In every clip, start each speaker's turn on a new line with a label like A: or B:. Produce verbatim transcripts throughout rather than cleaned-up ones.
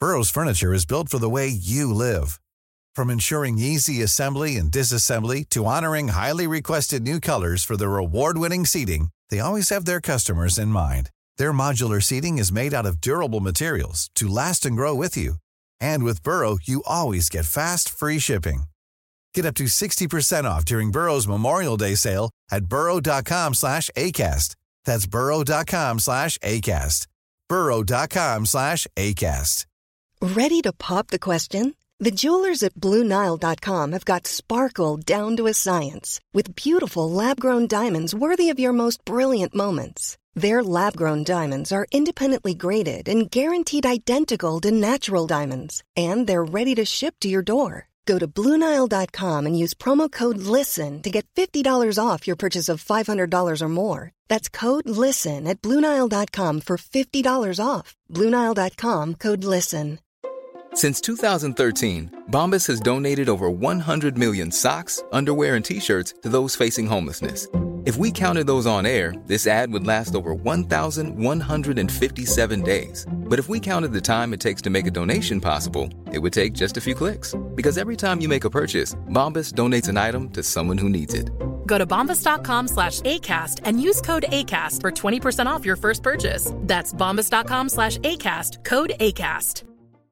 A: Burrow's furniture is built for the way you live. From ensuring easy assembly and disassembly to honoring highly requested new colors for their award-winning seating, they always have their customers in mind. Their modular seating is made out of durable materials to last and grow with you. And with Burrow, you always get fast, free shipping. Get up to sixty percent off during Burrow's Memorial Day sale at burrow.com slash ACAST. That's burrow.com slash ACAST. burrow.com slash ACAST.
B: Ready to pop the question? The jewelers at Blue Nile dot com have got sparkle down to a science with beautiful lab-grown diamonds worthy of your most brilliant moments. Their lab-grown diamonds are independently graded and guaranteed identical to natural diamonds, and they're ready to ship to your door. Go to Blue Nile dot com and use promo code LISTEN to get fifty dollars off your purchase of five hundred dollars or more. That's code LISTEN at Blue Nile dot com for fifty dollars off. Blue Nile dot com, code LISTEN.
C: Since two thousand thirteen, Bombas has donated over one hundred million socks, underwear, and T-shirts to those facing homelessness. If we counted those on air, this ad would last over one thousand one hundred fifty-seven days. But if we counted the time it takes to make a donation possible, it would take just a few clicks. Because every time you make a purchase, Bombas donates an item to someone who needs it.
D: Go to bombas.com slash ACAST and use code ACAST for twenty percent off your first purchase. That's bombas.com slash ACAST, code ACAST.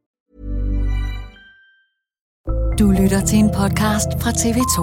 E: Du lytter til en podcast fra T V to.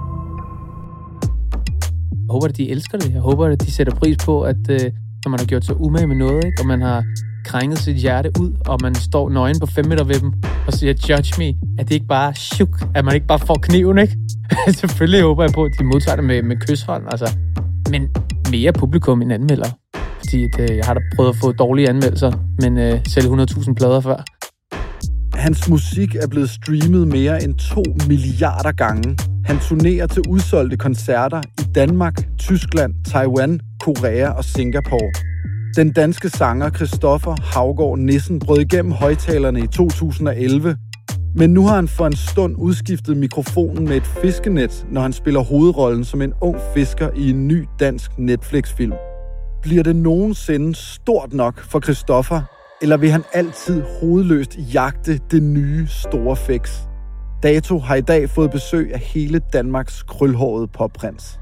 F: Jeg håber, at de elsker det. Jeg håber, at de sætter pris på, at øh, når man har gjort sig umage med noget, ikke? Og man har krænget sit hjerte ud, og man står nøgen på fem meter ved dem og siger, judge me, at det ikke bare chuk, at man ikke bare får kniven, ikke? Selvfølgelig håber jeg på, at de modtager det med, med kysshånd, altså. Men mere publikum end anmelder. Fordi at, øh, jeg har da prøvet at få dårlige anmeldelser, men øh, selv hundrede tusind plader før.
G: Hans musik er blevet streamet mere end to milliarder gange. Han turnerer til udsolgte koncerter i Danmark, Tyskland, Taiwan, Korea og Singapore. Den danske sanger Christoffer Haugaard Nissen brød igennem højtalerne i to tusind og elleve. Men nu har han for en stund udskiftet mikrofonen med et fiskenet, når han spiller hovedrollen som en ung fisker i en ny dansk Netflix-film. Bliver det nogensinde stort nok for Christoffer? Eller vil han altid hovedløst jagte det nye store fix? Dato har i dag fået besøg af hele Danmarks krølhårede popprins.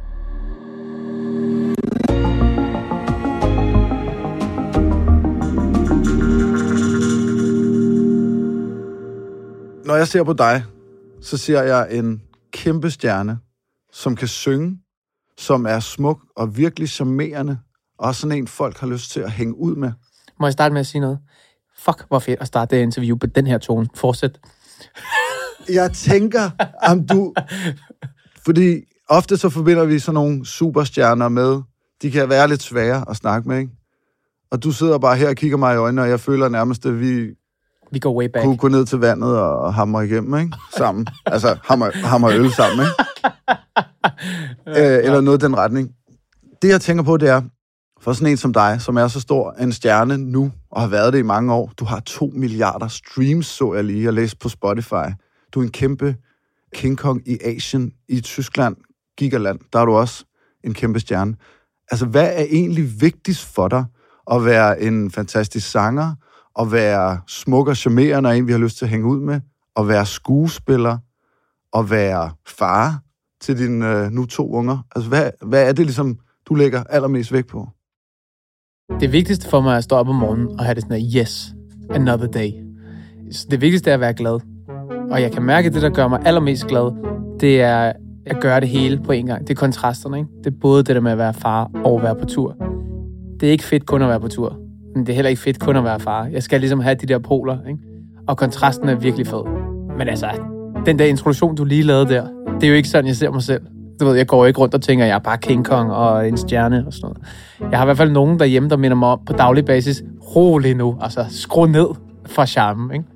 G: Når jeg ser på dig, så ser jeg en kæmpe stjerne, som kan synge, som er smuk og virkelig charmerende, og sådan en, folk har lyst til at hænge ud med.
F: Må jeg starte med at sige noget? Fuck, hvor fedt at starte det interview på den her tone. Fortsæt.
G: Jeg tænker, om du... Fordi ofte så forbinder vi sådan nogle superstjerner med, de kan være lidt svære at snakke med, ikke? Og du sidder bare her og kigger mig i øjnene, og jeg føler nærmest, at vi...
F: Vi går way back.
G: Kunne gå ned til vandet og hamre igennem, ikke? Sammen. Altså, hamre, hamre øl sammen, ikke? øh, eller noget i den retning. Det, jeg tænker på, det er, for sådan en som dig, som er så stor en stjerne nu, og har været det i mange år, du har to milliarder streams, så jeg lige, og læste på Spotify. Du er en kæmpe King Kong i Asien, i Tyskland, Gigaland, der er du også en kæmpe stjerne. Altså, hvad er egentlig vigtigst for dig at være en fantastisk sanger, at være smuk og charmerende, og en, vi har lyst til at hænge ud med, at være skuespiller, at være far til dine øh, nu to unger? Altså, hvad, hvad er det ligesom, du lægger allermest vægt på?
F: Det vigtigste for mig er at stå op om morgenen og have det sådan, yes, another day. Så det vigtigste er at være glad. Og jeg kan mærke, at det, der gør mig allermest glad, det er at gøre det hele på en gang. Det er kontrasterne, ikke? Det er både det der med at være far og at være på tur. Det er ikke fedt kun at være på tur, men det er heller ikke fedt kun at være far. Jeg skal ligesom have de der poler, ikke? Og kontrasten er virkelig fed. Men altså, den der introduktion, du lige lavede der, det er jo ikke sådan, jeg ser mig selv. Du ved, jeg går ikke rundt og tænker, at jeg er bare King Kong og en stjerne og sådan noget. Jeg har i hvert fald nogen derhjemme, der minder mig om på daglig basis, rolig nu, altså skru ned for charmen, ikke?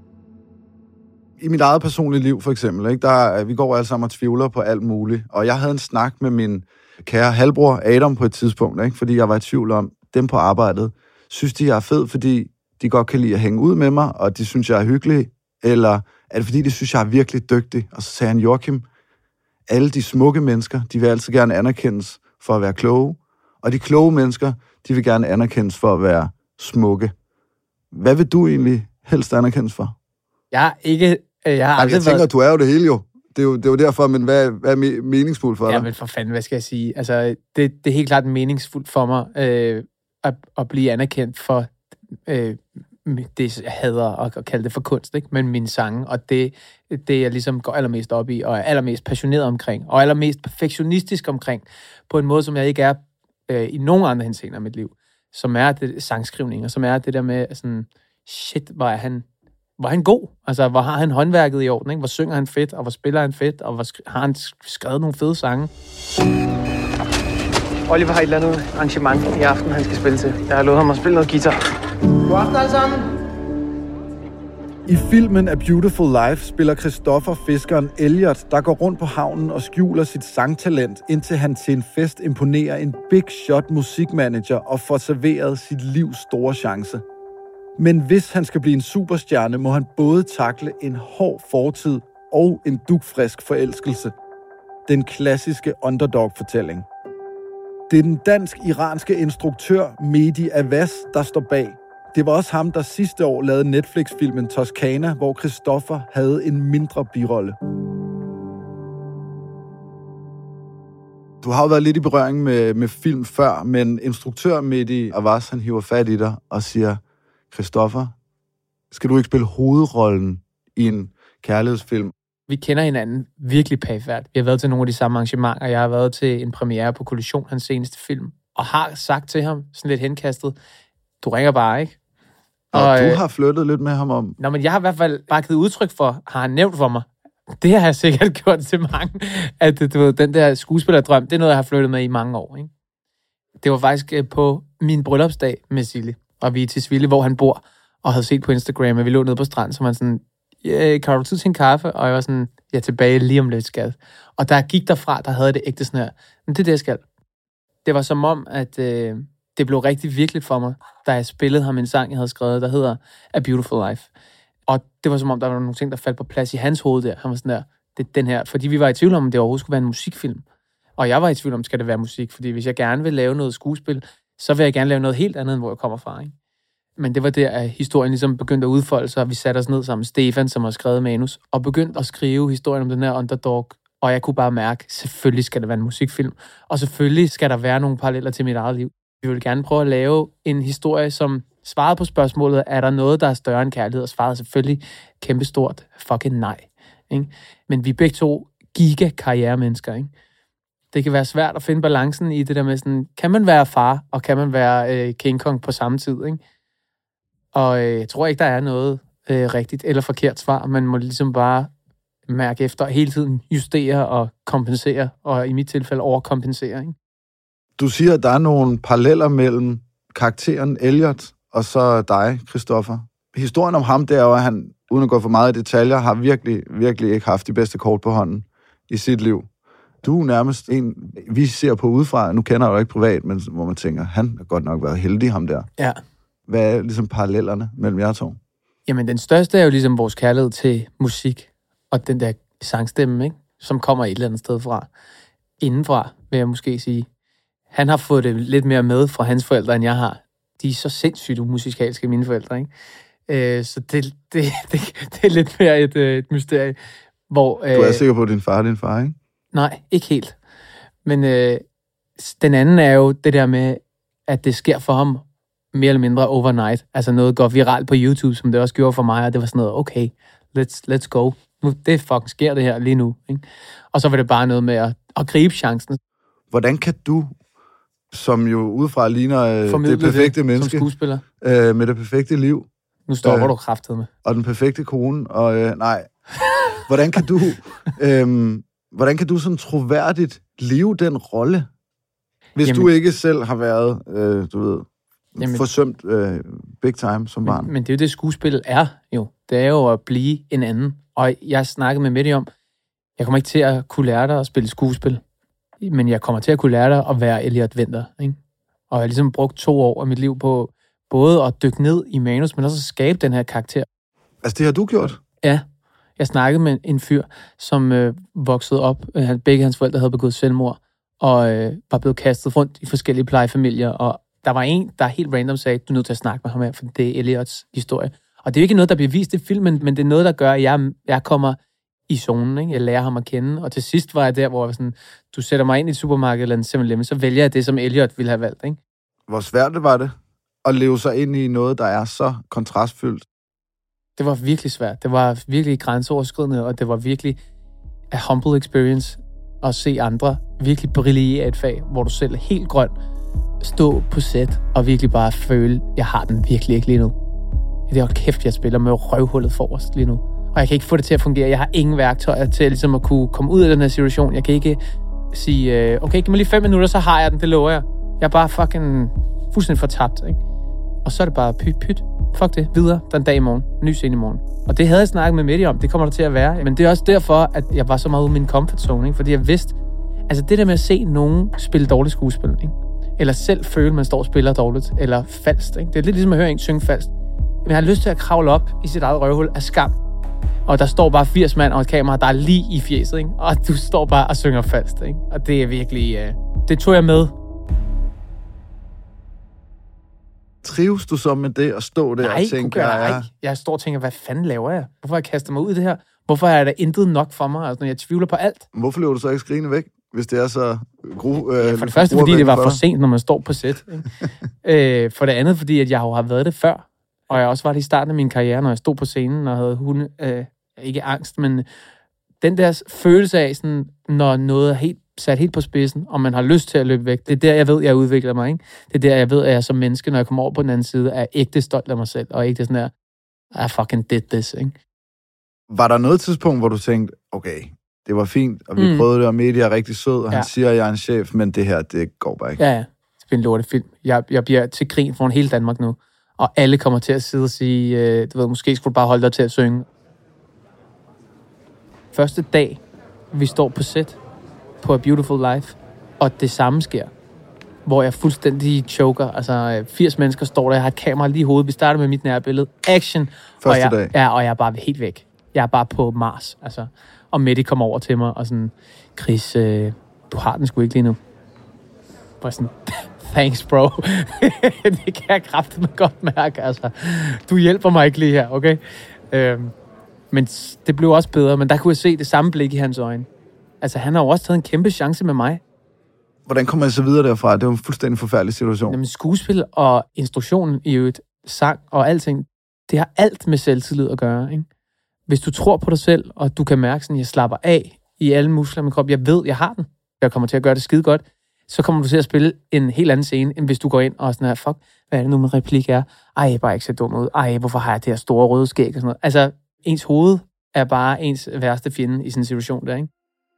G: I mit eget personlige liv, for eksempel, ikke, der, vi går alle sammen og tvivler på alt muligt. Og jeg havde en snak med min kære halvbror Adam på et tidspunkt, ikke, fordi jeg var i tvivl om, dem på arbejdet, synes de, jeg er fed, fordi de godt kan lide at hænge ud med mig, og de synes, jeg er hyggelig, eller er det fordi, de synes, jeg er virkelig dygtig? Og så sagde han, Joachim, alle de smukke mennesker, de vil altid gerne anerkendes for at være kloge, og de kloge mennesker, de vil gerne anerkendes for at være smukke. Hvad vil du egentlig helst anerkendes for?
F: Jeg er ikke... Jeg, har
G: Ej, jeg tænker,
F: været...
G: du er jo det hele jo. Det er jo, det er jo derfor, men hvad, hvad er meningsfuldt for dig?
F: Ja, men for fanden, hvad skal jeg sige? Altså, det, det er helt klart meningsfuldt for mig øh, at, at blive anerkendt for øh, det, jeg hader at, at kalde det for kunst, ikke? Men mine sange, og det, det jeg ligesom går allermest op i, og er allermest passioneret omkring, og allermest perfektionistisk omkring, på en måde, som jeg ikke er øh, i nogen andre henseender af mit liv, som er det sangskrivning, og som er det der med sådan, shit, hvor er han... Hvor er han god? Altså, hvor har han håndværket i orden, ikke? Hvor synger han fedt, og hvor spiller han fedt, og hvor sk- har han skrevet nogle fede sange? Oliver har et eller andet arrangement i aften, han skal spille til. Jeg har lovet ham at spille noget guitar. God aften alle sammen!
G: I filmen A Beautiful Life spiller Christopher fiskeren Elliot, der går rundt på havnen og skjuler sit sangtalent, indtil han til en fest imponerer en big shot musikmanager og får serveret sit livs store chance. Men hvis han skal blive en superstjerne, må han både takle en hård fortid og en dugfrisk forelskelse. Den klassiske underdog-fortælling. Det er den dansk-iranske instruktør Mehdi Avaz, der står bag. Det var også ham, der sidste år lavede Netflix-filmen Toscana, hvor Christopher havde en mindre birolle. Du har jo været lidt i berøring med, med film før, men instruktør Mehdi Avaz, han hiver fat i dig og siger... Christopher, skal du ikke spille hovedrollen i en kærlighedsfilm?
F: Vi kender hinanden virkelig pæfærdigt. Vi har været til nogle af de samme arrangementer. Jeg har været til en premiere på Kollision, hans seneste film, og har sagt til ham, sådan lidt henkastet, du ringer bare, ikke?
G: Og, og du
F: øh,
G: har flyttet lidt med ham om...
F: Nå, men jeg har i hvert fald bare givet udtryk for, har han nævnt for mig. Det har jeg sikkert gjort til mange, at du ved, den der skuespillerdrøm, det er noget, jeg har flyttet med i mange år, ikke? Det var faktisk på min bryllupsdag med Sille. Og vi er til Sville, hvor han bor, og havde set på Instagram, at vi lå nede på stranden, så var han sådan, yeah, kan du tid til en kaffe? Og jeg var sådan, jeg er tilbage lige om lidt, skat. Og der gik derfra, der havde det ægte sådan her, men det er det, jeg skal. Det var som om, at øh, det blev rigtig virkeligt for mig, da jeg spillede ham en sang, jeg havde skrevet, der hedder A Beautiful Life. Og det var som om, der var nogle ting, der faldt på plads i hans hoved der. Han var sådan der, det er den her, fordi vi var i tvivl om, om det overhovedet skulle være en musikfilm. Og jeg var i tvivl om, skal det være musik, fordi hvis jeg gerne vil lave noget skuespil, så vil jeg gerne lave noget helt andet, end hvor jeg kommer fra, ikke? Men det var der, at historien ligesom begyndte at udfolde sig, og vi satte os ned sammen med Stefan, som har skrevet manus, og begyndte at skrive historien om den her underdog, og jeg kunne bare mærke, selvfølgelig skal det være en musikfilm, og selvfølgelig skal der være nogle paralleller til mit eget liv. Vi ville gerne prøve at lave en historie, som svarede på spørgsmålet, er der noget, der er større end kærlighed, og svarede selvfølgelig kæmpestort, fucking nej. Ikke? Men vi er begge to giga-karrieremennesker, ikke? Det kan være svært at finde balancen i det der med sådan, kan man være far, og kan man være øh, King Kong på samme tid, ikke? Og øh, jeg tror ikke, der er noget øh, rigtigt eller forkert svar. Man må ligesom bare mærke efter, hele tiden justere og kompensere, og i mit tilfælde overkompensere, ikke?
G: Du siger, at der er nogle paralleller mellem karakteren Elliot og så dig, Christopher. Historien om ham, det er jo, at han, uden at gå for meget i detaljer, har virkelig, virkelig ikke haft de bedste kort på hånden i sit liv. Du er nærmest en, vi ser på udefra, nu kender jeg jo ikke privat, men hvor man tænker, han har godt nok været heldig, ham der.
F: Ja.
G: Hvad er ligesom parallellerne mellem jer to?
F: Jamen, den største er jo ligesom vores kærlighed til musik, og den der sangstemme, ikke? Som kommer et eller andet sted fra. Indenfra, vil jeg måske sige. Han har fået det lidt mere med fra hans forældre, end jeg har. De er så sindssygt umusikalske, mine forældre, ikke? Øh, så det, det, det, det er lidt mere et, et mysterie. Hvor, øh,
G: du er sikker på, at din far er din far, ikke?
F: Nej, ikke helt. Men øh, den anden er jo det der med, at det sker for ham mere eller mindre overnight. Altså noget går viralt på YouTube, som det også gjorde for mig, og det var sådan noget, okay, let's, let's go. Nu, det fucking sker det her lige nu, ikke? Og så var det bare noget med at, at gribe chancen.
G: Hvordan kan du, som jo udefra ligner øh, det perfekte
F: det,
G: menneske,
F: som skuespiller,
G: øh, med det perfekte liv,
F: nu stopper øh, du kraftet med.
G: Og den perfekte kone, og øh, nej, hvordan kan du, øh, hvordan kan du sådan troværdigt leve den rolle, hvis Jamen, du ikke selv har været, øh, du ved, Jamen, forsømt øh, big time som barn?
F: Men, men det er jo det, skuespil er jo. Det er jo at blive en anden. Og jeg snakkede med Mette om, jeg kommer ikke til at kunne lære dig at spille skuespil, men jeg kommer til at kunne lære dig at være Elliot Winther, ikke? Og jeg har ligesom brugt to år af mit liv på både at dykke ned i manus, men også at skabe den her karakter.
G: Altså, det har du gjort?
F: Ja. Jeg snakkede med en fyr, som øh, voksede op. Øh, begge hans forældre havde begået selvmord, og øh, var blevet kastet rundt i forskellige plejefamilier. Og der var en, der helt random sagde, du er nødt til at snakke med ham her, for det er Elliots historie. Og det er jo ikke noget, der bliver vist i filmen, men det er noget, der gør, at jeg, jeg kommer i zonen, ikke? Jeg lærer ham at kende, og til sidst var jeg der, hvor jeg sådan, du sætter mig ind i et supermarked eller en seven eleven, så vælger jeg det, som Elliot ville have valgt, ikke?
G: Hvor svært det var det at leve sig ind i noget, der er så kontrastfyldt?
F: Det var virkelig svært. Det var virkelig grænseoverskridende, og det var virkelig a humble experience at se andre virkelig brillere et fag, hvor du selv er helt grøn, stå på set og virkelig bare føle, jeg har den virkelig ikke lige nu. Det er jo kæft, jeg spiller med røvhullet forrest lige nu. Og jeg kan ikke få det til at fungere. Jeg har ingen værktøjer til ligesom at kunne komme ud af den her situation. Jeg kan ikke sige, okay, giv mig lige fem minutter, så har jeg den, det lover jeg. Jeg er bare fucking fuldstændig fortabt, ikke? Og så er det bare pyt, pyt. Fuck det, videre, den dag i morgen. Ny scene i morgen. Og det havde jeg snakket med Mette om, det kommer der til at være. Men det er også derfor, at jeg var så meget ude i min comfort zone, ikke? Fordi jeg vidste, altså det der med at se nogen spille dårligt skuespil, ikke? Eller selv føle, man står og spiller dårligt, eller falsk, ikke? Det er lidt ligesom at høre en synge falsk. Men jeg har lyst til at kravle op i sit eget røvhul af skam. Og der står bare firs mand og et kamera, der er lige i fjeset, ikke? Og du står bare og synger falsk, ikke? Og det er virkelig... Uh... Det tog jeg med.
G: Trives du så med det at stå der
F: nej,
G: og tænke...
F: Nej, jeg, jeg står og tænker, hvad fanden laver jeg? Hvorfor har jeg kastet mig ud i det her? Hvorfor er der intet nok for mig? Altså, når jeg tvivler på alt.
G: Hvorfor løber du så ikke skrigende væk, hvis det er så... Gru, øh,
F: ja, for det første, fordi det var for sent, når man står på set. øh, for det andet, fordi at jeg jo har været det før. Og jeg også var det i starten af min karriere, når jeg stod på scenen og havde hunde... Øh, ikke angst, men den der følelse af, sådan, når noget er helt, sat helt på spidsen, og man har lyst til at løbe væk. Det er der, jeg ved, jeg udvikler mig, ikke? Det er der, jeg ved, at jeg som menneske, når jeg kommer over på den anden side, er ægte stolt af mig selv, og ikke sådan der, I fucking did this, ikke?
G: Var der noget tidspunkt, hvor du tænkte, okay, det var fint, og vi mm. prøvede det, og Media er rigtig sød, og ja. Han siger, at jeg er en chef, men det her, det går bare ikke.
F: Ja, ja. Det bliver en lortefilm. Jeg, jeg bliver til grin foran hele Danmark nu, og alle kommer til at sidde og sige, øh, du ved, måske skulle du bare holde dig til at synge. Første dag, vi står på set på A Beautiful Life, og det samme sker, hvor jeg fuldstændig choker. Altså, firs mennesker står der, jeg har et kamera lige i hovedet. Vi starter med mit nærbillede. Action.
G: Første
F: og jeg,
G: dag.
F: Ja, og jeg er bare helt væk. Jeg er bare på Mars. Altså. Og Mette kommer over til mig og sådan, Chris, øh, du har den sgu ikke lige nu. Og sådan, thanks, bro. Det kan jeg kraftedeme godt mærke. Altså, du hjælper mig ikke lige her, okay? Øhm, men det blev også bedre, men der kunne jeg se det samme blik i hans øjne. Altså, han har jo også taget en kæmpe chance med mig.
G: Hvordan kommer jeg så videre derfra? Det var en fuldstændig forfærdelig situation.
F: Jamen, skuespil og instruktionen i øvrigt, sang og alting, det har alt med selvtillid at gøre, ikke? Hvis du tror på dig selv, og du kan mærke sådan, jeg slapper af i alle muskler i min krop, jeg ved, jeg har den, jeg kommer til at gøre det skide godt, så kommer du til at spille en helt anden scene, end hvis du går ind og sådan her, fuck, hvad er det nu, min replik er? Ej, jeg er bare ikke så dum ud. Ej, hvorfor har jeg det her store røde skæg og sådan noget? Altså, ens hoved er bare ens værste fjende i sådan en situation der, ikke?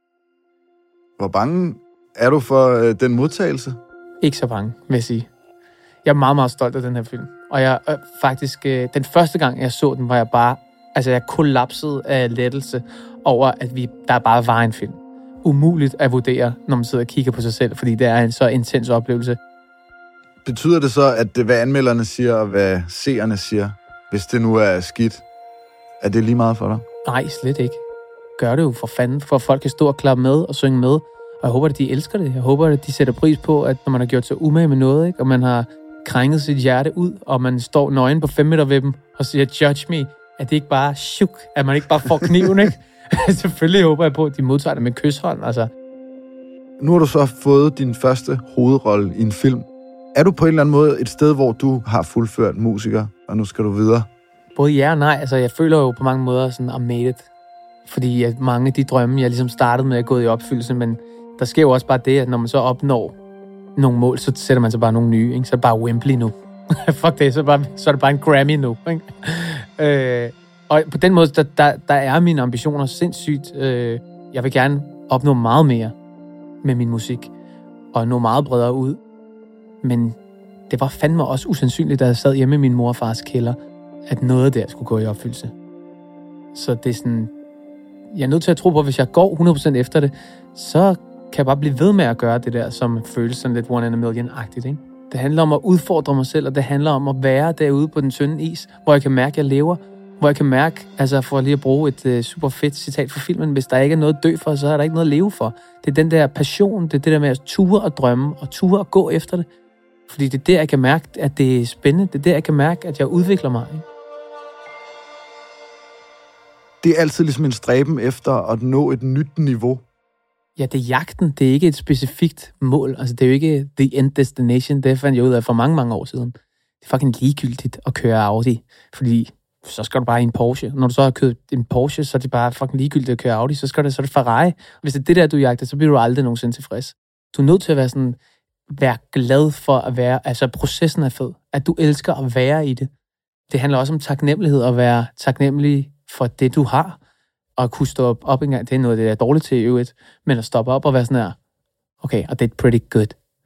G: Hvor bange er du for øh, den modtagelse?
F: Ikke så bange, vil jeg sige. Jeg er meget, meget stolt af den her film. Og jeg øh, faktisk, øh, den første gang, jeg så den, var jeg bare, altså jeg kollapsede af lettelse over, at vi, der bare var en film. Umuligt at vurdere, når man sidder og kigger på sig selv, fordi det er en så intens oplevelse.
G: Betyder det så, at det, hvad anmelderne siger, og hvad seerne siger, hvis det nu er skidt, er det lige meget for dig?
F: Nej, slet ikke. Gør det jo for fanden, for at folk kan stå og klappe med og synge med. Og jeg håber, at de elsker det. Jeg håber, at de sætter pris på, at når man har gjort sig umage med noget, ikke? Og man har krænget sit hjerte ud, og man står nøgen på fem meter ved dem og siger, judge me, at det ikke bare chuk, at man ikke bare får kniven, ikke? Selvfølgelig håber jeg på, at de modtager det med kysshånd, altså.
G: Nu har du så fået din første hovedrolle i en film. Er du på en eller anden måde et sted, hvor du har fuldført musiker, og nu skal du videre?
F: Både ja og nej. Altså, jeg føler jo på mange måder sådan, I'm made it. Fordi at mange af de drømme, jeg ligesom startede med, er gået i opfyldelse, men der sker jo også bare det, at når man så opnår nogle mål, så sætter man så bare nogle nye, ikke? Så er det bare Wembley nu. Fuck det, så er, bare, så er det bare en Grammy nu, ikke? øh, og på den måde, der, der, der er mine ambitioner sindssygt. Øh, jeg vil gerne opnå meget mere med min musik, og nå meget bredere ud. Men det var fandme også usandsynligt, da jeg sad hjemme i min mor og fars kælder, at noget der skulle gå i opfyldelse. Så det er sådan, jeg er nødt til at tro på, at hvis jeg går hundrede procent efter det, så kan jeg bare blive ved med at gøre det der, som føles sådan lidt one in a million-agtigt, ikke? Det handler om at udfordre mig selv, og det handler om at være derude på den tynde is, hvor jeg kan mærke, at jeg lever, hvor jeg kan mærke, altså for lige at bruge et uh, super fedt citat fra filmen, hvis der ikke er noget at dø for, så er der ikke noget at leve for. Det er den der passion, det er det der med at ture og drømme, og ture og gå efter det. Fordi det er der, jeg kan mærke, at det er spændende. Det er der, jeg kan mærke, at jeg udvikler mig, ikke?
G: det er altid ligesom en stræben efter at nå et nyt niveau.
F: Ja, det er jagten. Det er ikke et specifikt mål. Altså, det er jo ikke the end destination. Det fandt jeg ud af for mange, mange år siden. Det er fucking ligegyldigt at køre Audi, fordi så skal du bare i en Porsche. Når du så har kørt en Porsche, så er det bare fucking ligegyldigt at køre Audi. Så skal det, så er det Ferrari. Hvis det er det der, du jagter, så bliver du aldrig nogensinde tilfreds. Du er nødt til at være sådan, være glad for at være, altså processen er fed. At du elsker at være i det. Det handler også om taknemmelighed, at være taknemmelig for det, du har. Og at kunne stå op, op en gang, det er noget, det er dårligt til i øvrigt. Men at stoppe op og være sådan her, okay, og det er pretty good.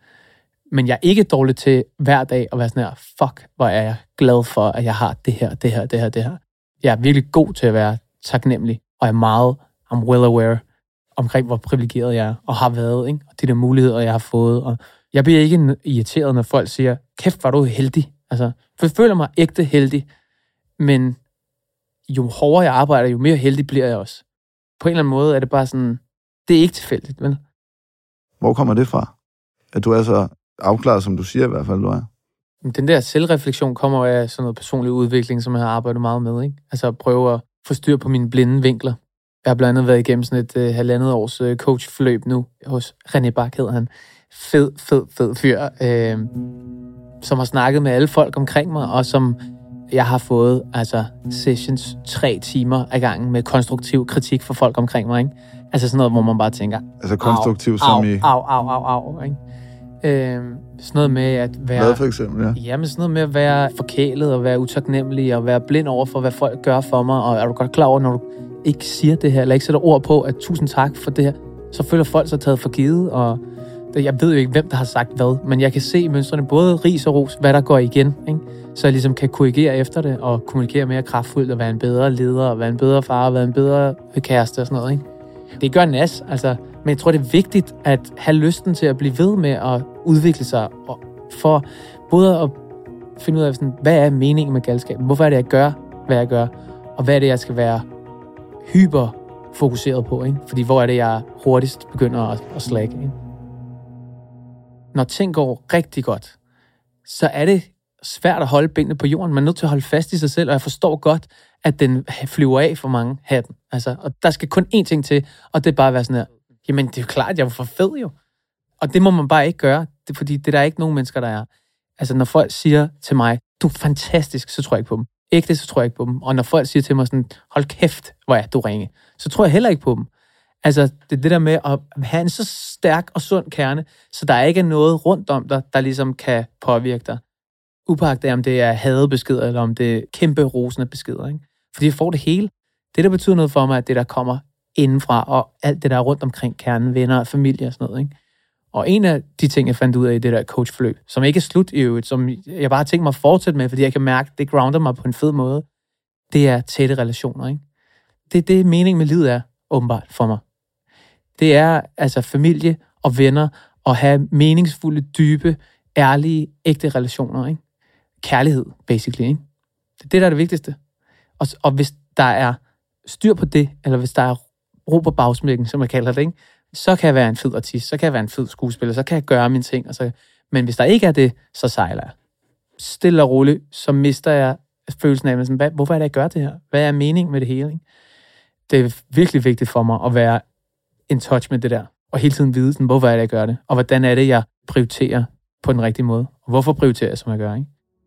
F: Men jeg er ikke dårlig til hver dag at være sådan her, fuck, hvor er jeg glad for, at jeg har det her, det her, det her, det her. Jeg er virkelig god til at være taknemmelig, og jeg er meget, I'm well aware omkring, hvor privilegeret jeg er, og har været, ikke? Og de der muligheder, jeg har fået. Og jeg bliver ikke irriteret, når folk siger, kæft, hvor er du heldig. Altså, for jeg føler mig ægte heldig, men jo hårdere jeg arbejder, jo mere heldig bliver jeg også. På en eller anden måde er det bare sådan, det er ikke tilfældigt, vel?
G: Hvor kommer det fra? At du er så afklaret, som du siger i hvert fald, du er.
F: Den der selvreflektion kommer af sådan noget personlig udvikling, som jeg har arbejdet meget med, ikke? Altså at prøve at få styr på mine blinde vinkler. Jeg har blandt andet været igennem sådan et uh, halvandet års uh, coachforløb nu, hos René Bak hedder han. Fed, fed, fed fyr, øh, som har snakket med alle folk omkring mig, og som jeg har fået altså sessions tre timer ad gangen med konstruktiv kritik fra folk omkring mig, ikke? Altså sådan noget, hvor man bare tænker...
G: Altså konstruktiv
F: au,
G: som
F: au,
G: i...
F: Au, au, au, au, ikke? Øh, sådan noget med at være...
G: Hvad for eksempel, ja?
F: Jamen sådan noget med at være forkælet og være utaknemmelig og være blind over for, hvad folk gør for mig. Og er du godt klar over, når du ikke siger det her, eller ikke sætter ord på, at tusind tak for det her, så føler folk sig taget for givet, og jeg ved jo ikke, hvem der har sagt hvad, men jeg kan se i mønstrene både ris og ros, hvad der går igen, ikke? Så jeg ligesom kan korrigere efter det, og kommunikere mere kraftfuldt, og være en bedre leder, og være en bedre far, og være en bedre kæreste og sådan noget, ikke? Det gør nas, altså, men jeg tror, det er vigtigt at have lysten til at blive ved med at udvikle sig, og for både at finde ud af, sådan, hvad er meningen med galskaben, hvorfor er det, jeg gør, hvad jeg gør, og hvad er det, jeg skal være hyper fokuseret på, ikke? Fordi hvor er det, jeg hurtigst begynder at, at slække, ikke? Når ting går rigtig godt, så er det svært at holde benene på jorden. Man er nødt til at holde fast i sig selv, og jeg forstår godt, at den flyver af for mange hatten. Altså, og der skal kun én ting til, og det er bare at være sådan her, jamen det er jo klart, at jeg var for fed jo. Og det må man bare ikke gøre, det, fordi det er der ikke nogen mennesker, der er. Altså, når folk siger til mig, du er fantastisk, så tror jeg ikke på dem. Ikke det, så tror jeg ikke på dem. Og når folk siger til mig sådan, hold kæft, hvor er du ringe, så tror jeg heller ikke på dem. Altså, det er det der med at have en så stærk og sund kerne, så der ikke er noget rundt om dig, der ligesom kan påvirke dig. Upagtet af, om det er hadebeskeder, eller om det er kæmpe rosende beskeder, ikke? Fordi jeg får det hele. Det, der betyder noget for mig, er det, der kommer indenfra, og alt det, der er rundt omkring kernen, venner, familie og sådan noget, ikke? Og en af de ting, jeg fandt ud af i det der coachforløb, som ikke er slut i øvrigt, som jeg bare har tænkt mig at fortsætte med, fordi jeg kan mærke, det grounder mig på en fed måde, det er tætte relationer, ikke? Det er det, meningen med livet er, åbenbart, for mig. Det er altså familie og venner, og have meningsfulde, dybe, ærlige, ægte relationer, ikke? Kærlighed, basically, ikke? Det er det, der er det vigtigste. Og, og hvis der er styr på det, eller hvis der er ro på bagsmækken, som jeg kalder det, ikke? Så kan jeg være en fed artist, så kan jeg være en fed skuespiller, så kan jeg gøre mine ting. Og så... Men hvis der ikke er det, så sejler jeg. Stille og roligt, så mister jeg følelsen af, sådan, hvad, hvorfor er det, jeg gør det her? Hvad er meningen med det hele? Ikke? Det er virkelig vigtigt for mig at være in touch med det der, og hele tiden vide, sådan, hvorfor er det, jeg gør det, og hvordan er det, jeg prioriterer på den rigtige måde, og hvorfor prioriterer jeg, som jeg gør, ikke?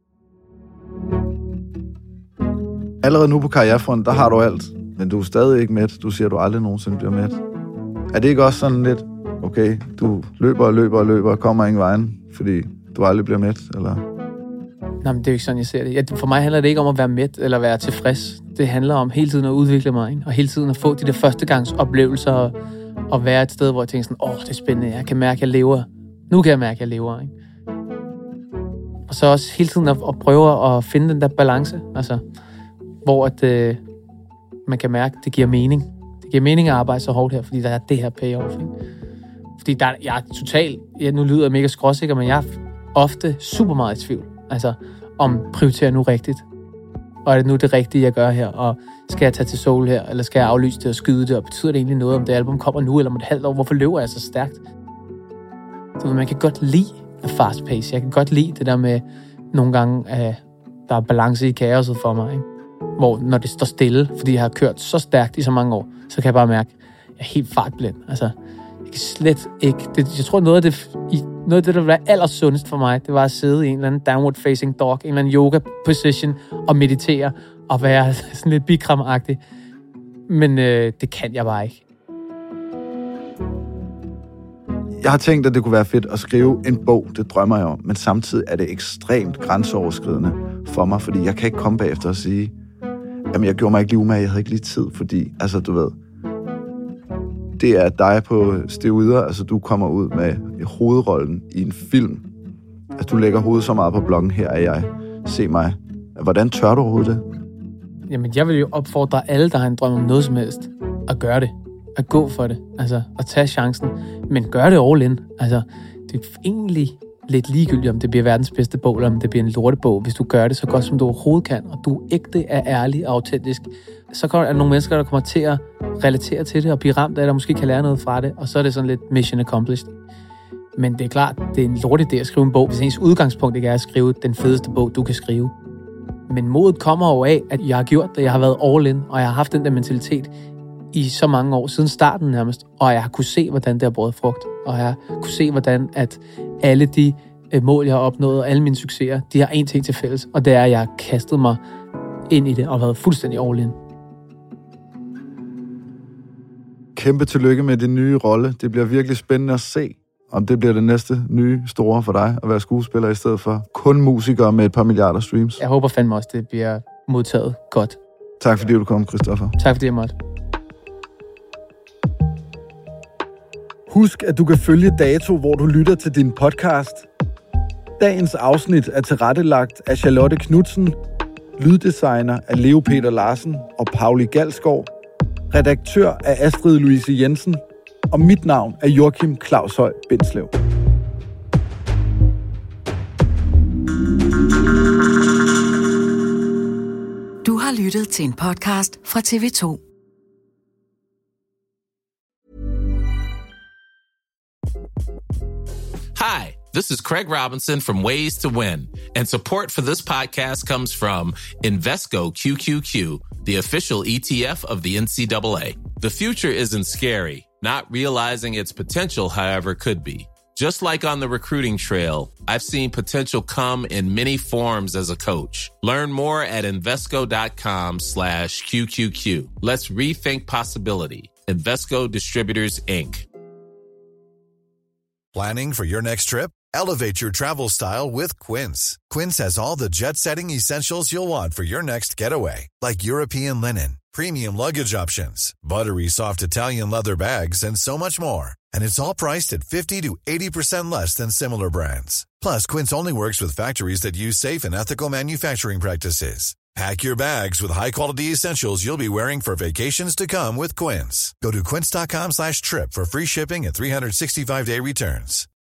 G: Allerede nu på karrierefronten, der har du alt, men du er stadig ikke mæt. Du siger, at du aldrig nogensinde bliver mæt. Er det ikke også sådan lidt, okay, du løber og løber og løber og kommer ingen vejen, fordi du aldrig bliver mæt, eller?
F: Nej, men det er jo ikke sådan, jeg ser det. Ja, for mig handler det ikke om at være mæt eller være tilfreds. Det handler om hele tiden at udvikle mig, ikke? Og hele tiden at få de der førstegangsoplevelser og, og være et sted, hvor jeg tænker sådan, åh, oh, det er spændende, jeg kan mærke, at jeg lever. Nu kan jeg mærke, at jeg lever, ikke? Og så også hele tiden at, at prøve at finde den der balance, altså, hvor at, øh, man kan mærke, at det giver mening. Det giver mening at arbejde så hårdt her, fordi der er det her payoff, ikke? Fordi der, jeg er totalt, ja, nu lyder jeg mega skråsikker, men jeg er ofte super meget i tvivl. Altså, om prioriterer nu rigtigt. Og er det nu det rigtige, jeg gør her? Og skal jeg tage til Soul her? Eller skal jeg aflyse det og skyde det? Og betyder det egentlig noget, om det album kommer nu, eller om et halvt år? Hvorfor løber jeg så stærkt? Så man kan godt lide fast pace. Jeg kan godt lide det der med, nogle gange, at der er balance i kaoset for mig, ikke? hvor når det står stille, fordi jeg har kørt så stærkt i så mange år, så kan jeg bare mærke, at jeg er helt fartblind. Altså, jeg kan slet ikke... Det, jeg tror, noget af det, i, noget af det, der vil være allersundest for mig, det var at sidde i en eller anden downward facing dog, en eller anden yoga position, og meditere, og være sådan lidt bikram-agtig. Men øh, det kan jeg bare ikke.
G: Jeg har tænkt, at det kunne være fedt at skrive en bog, det drømmer jeg om, men samtidig er det ekstremt grænseoverskridende for mig, fordi jeg kan ikke komme bagefter og sige, jamen jeg gjorde mig ikke lige umage, jeg havde ikke lige tid, fordi, altså du ved, det er dig på steroider, altså du kommer ud med hovedrollen i en film, altså du lægger hovedet så meget på bloggen, her er jeg, se mig. Hvordan tør du overhovedet det?
F: Jamen jeg vil jo opfordre alle, der har en drøm om noget som helst, at gøre det. At gå for det, altså at tage chancen, men gør det all in. Altså, det er egentlig lidt ligegyldigt, om det bliver verdens bedste bog, eller om det bliver en lortebog. Hvis du gør det så godt, som du overhovedet kan, og du ægte er ærlig og autentisk, så er der nogle mennesker, der kommer til at relatere til det, og blive ramt af det, og måske kan lære noget fra det, og så er det sådan lidt mission accomplished. Men det er klart, det er en lortidé at skrive en bog, hvis ens udgangspunkt ikke er at skrive den fedeste bog, du kan skrive. Men modet kommer jo af, at jeg har gjort det, jeg har været all in, og jeg har haft den der mentalitet i så mange år, siden starten nærmest, og jeg har kunne se, hvordan det har båret frugt, og jeg har kunne se, hvordan at alle de mål, jeg har opnået, og alle mine succeser, de har én ting til fælles, og det er, at jeg har kastet mig ind i det, og været fuldstændig all in.
G: Kæmpe tillykke med din nye rolle. Det bliver virkelig spændende at se, om det bliver det næste nye store for dig, at være skuespiller i stedet for kun musiker med et par milliarder streams.
F: Jeg håber fandme også, det bliver modtaget godt.
G: Tak fordi du kom, Christoffer.
F: Tak fordi jeg måtte.
G: Husk, at du kan følge Dato, hvor du lytter til din podcast. Dagens afsnit er tilrettelagt af Charlotte Knudsen, lyddesigner af Leo Peter Larsen og Pauli Galskov, redaktør af Astrid Louise Jensen, og mit navn er Joachim Claus Høj Bindslev.
E: Du har lyttet til en podcast fra T V to.
H: Hi, this is Craig Robinson from Ways to Win, and support for this podcast comes from Invesco Q Q Q, the official E T F of the N C double A. The future isn't scary. Not realizing its potential, however, could be. Just like on the recruiting trail, I've seen potential come in many forms as a coach. Learn more at Invesco.com slash QQQ. Let's rethink possibility. Invesco Distributors, Incorporated.
A: Planning for your next trip? Elevate your travel style with Quince. Quince has all the jet-setting essentials you'll want for your next getaway, like European linen, premium luggage options, buttery soft Italian leather bags, and so much more. And it's all priced at fifty to eighty percent less than similar brands. Plus, Quince only works with factories that use safe and ethical manufacturing practices. Pack your bags with high-quality essentials you'll be wearing for vacations to come with Quince. Go to quince.com slash trip for free shipping and three sixty-five day returns.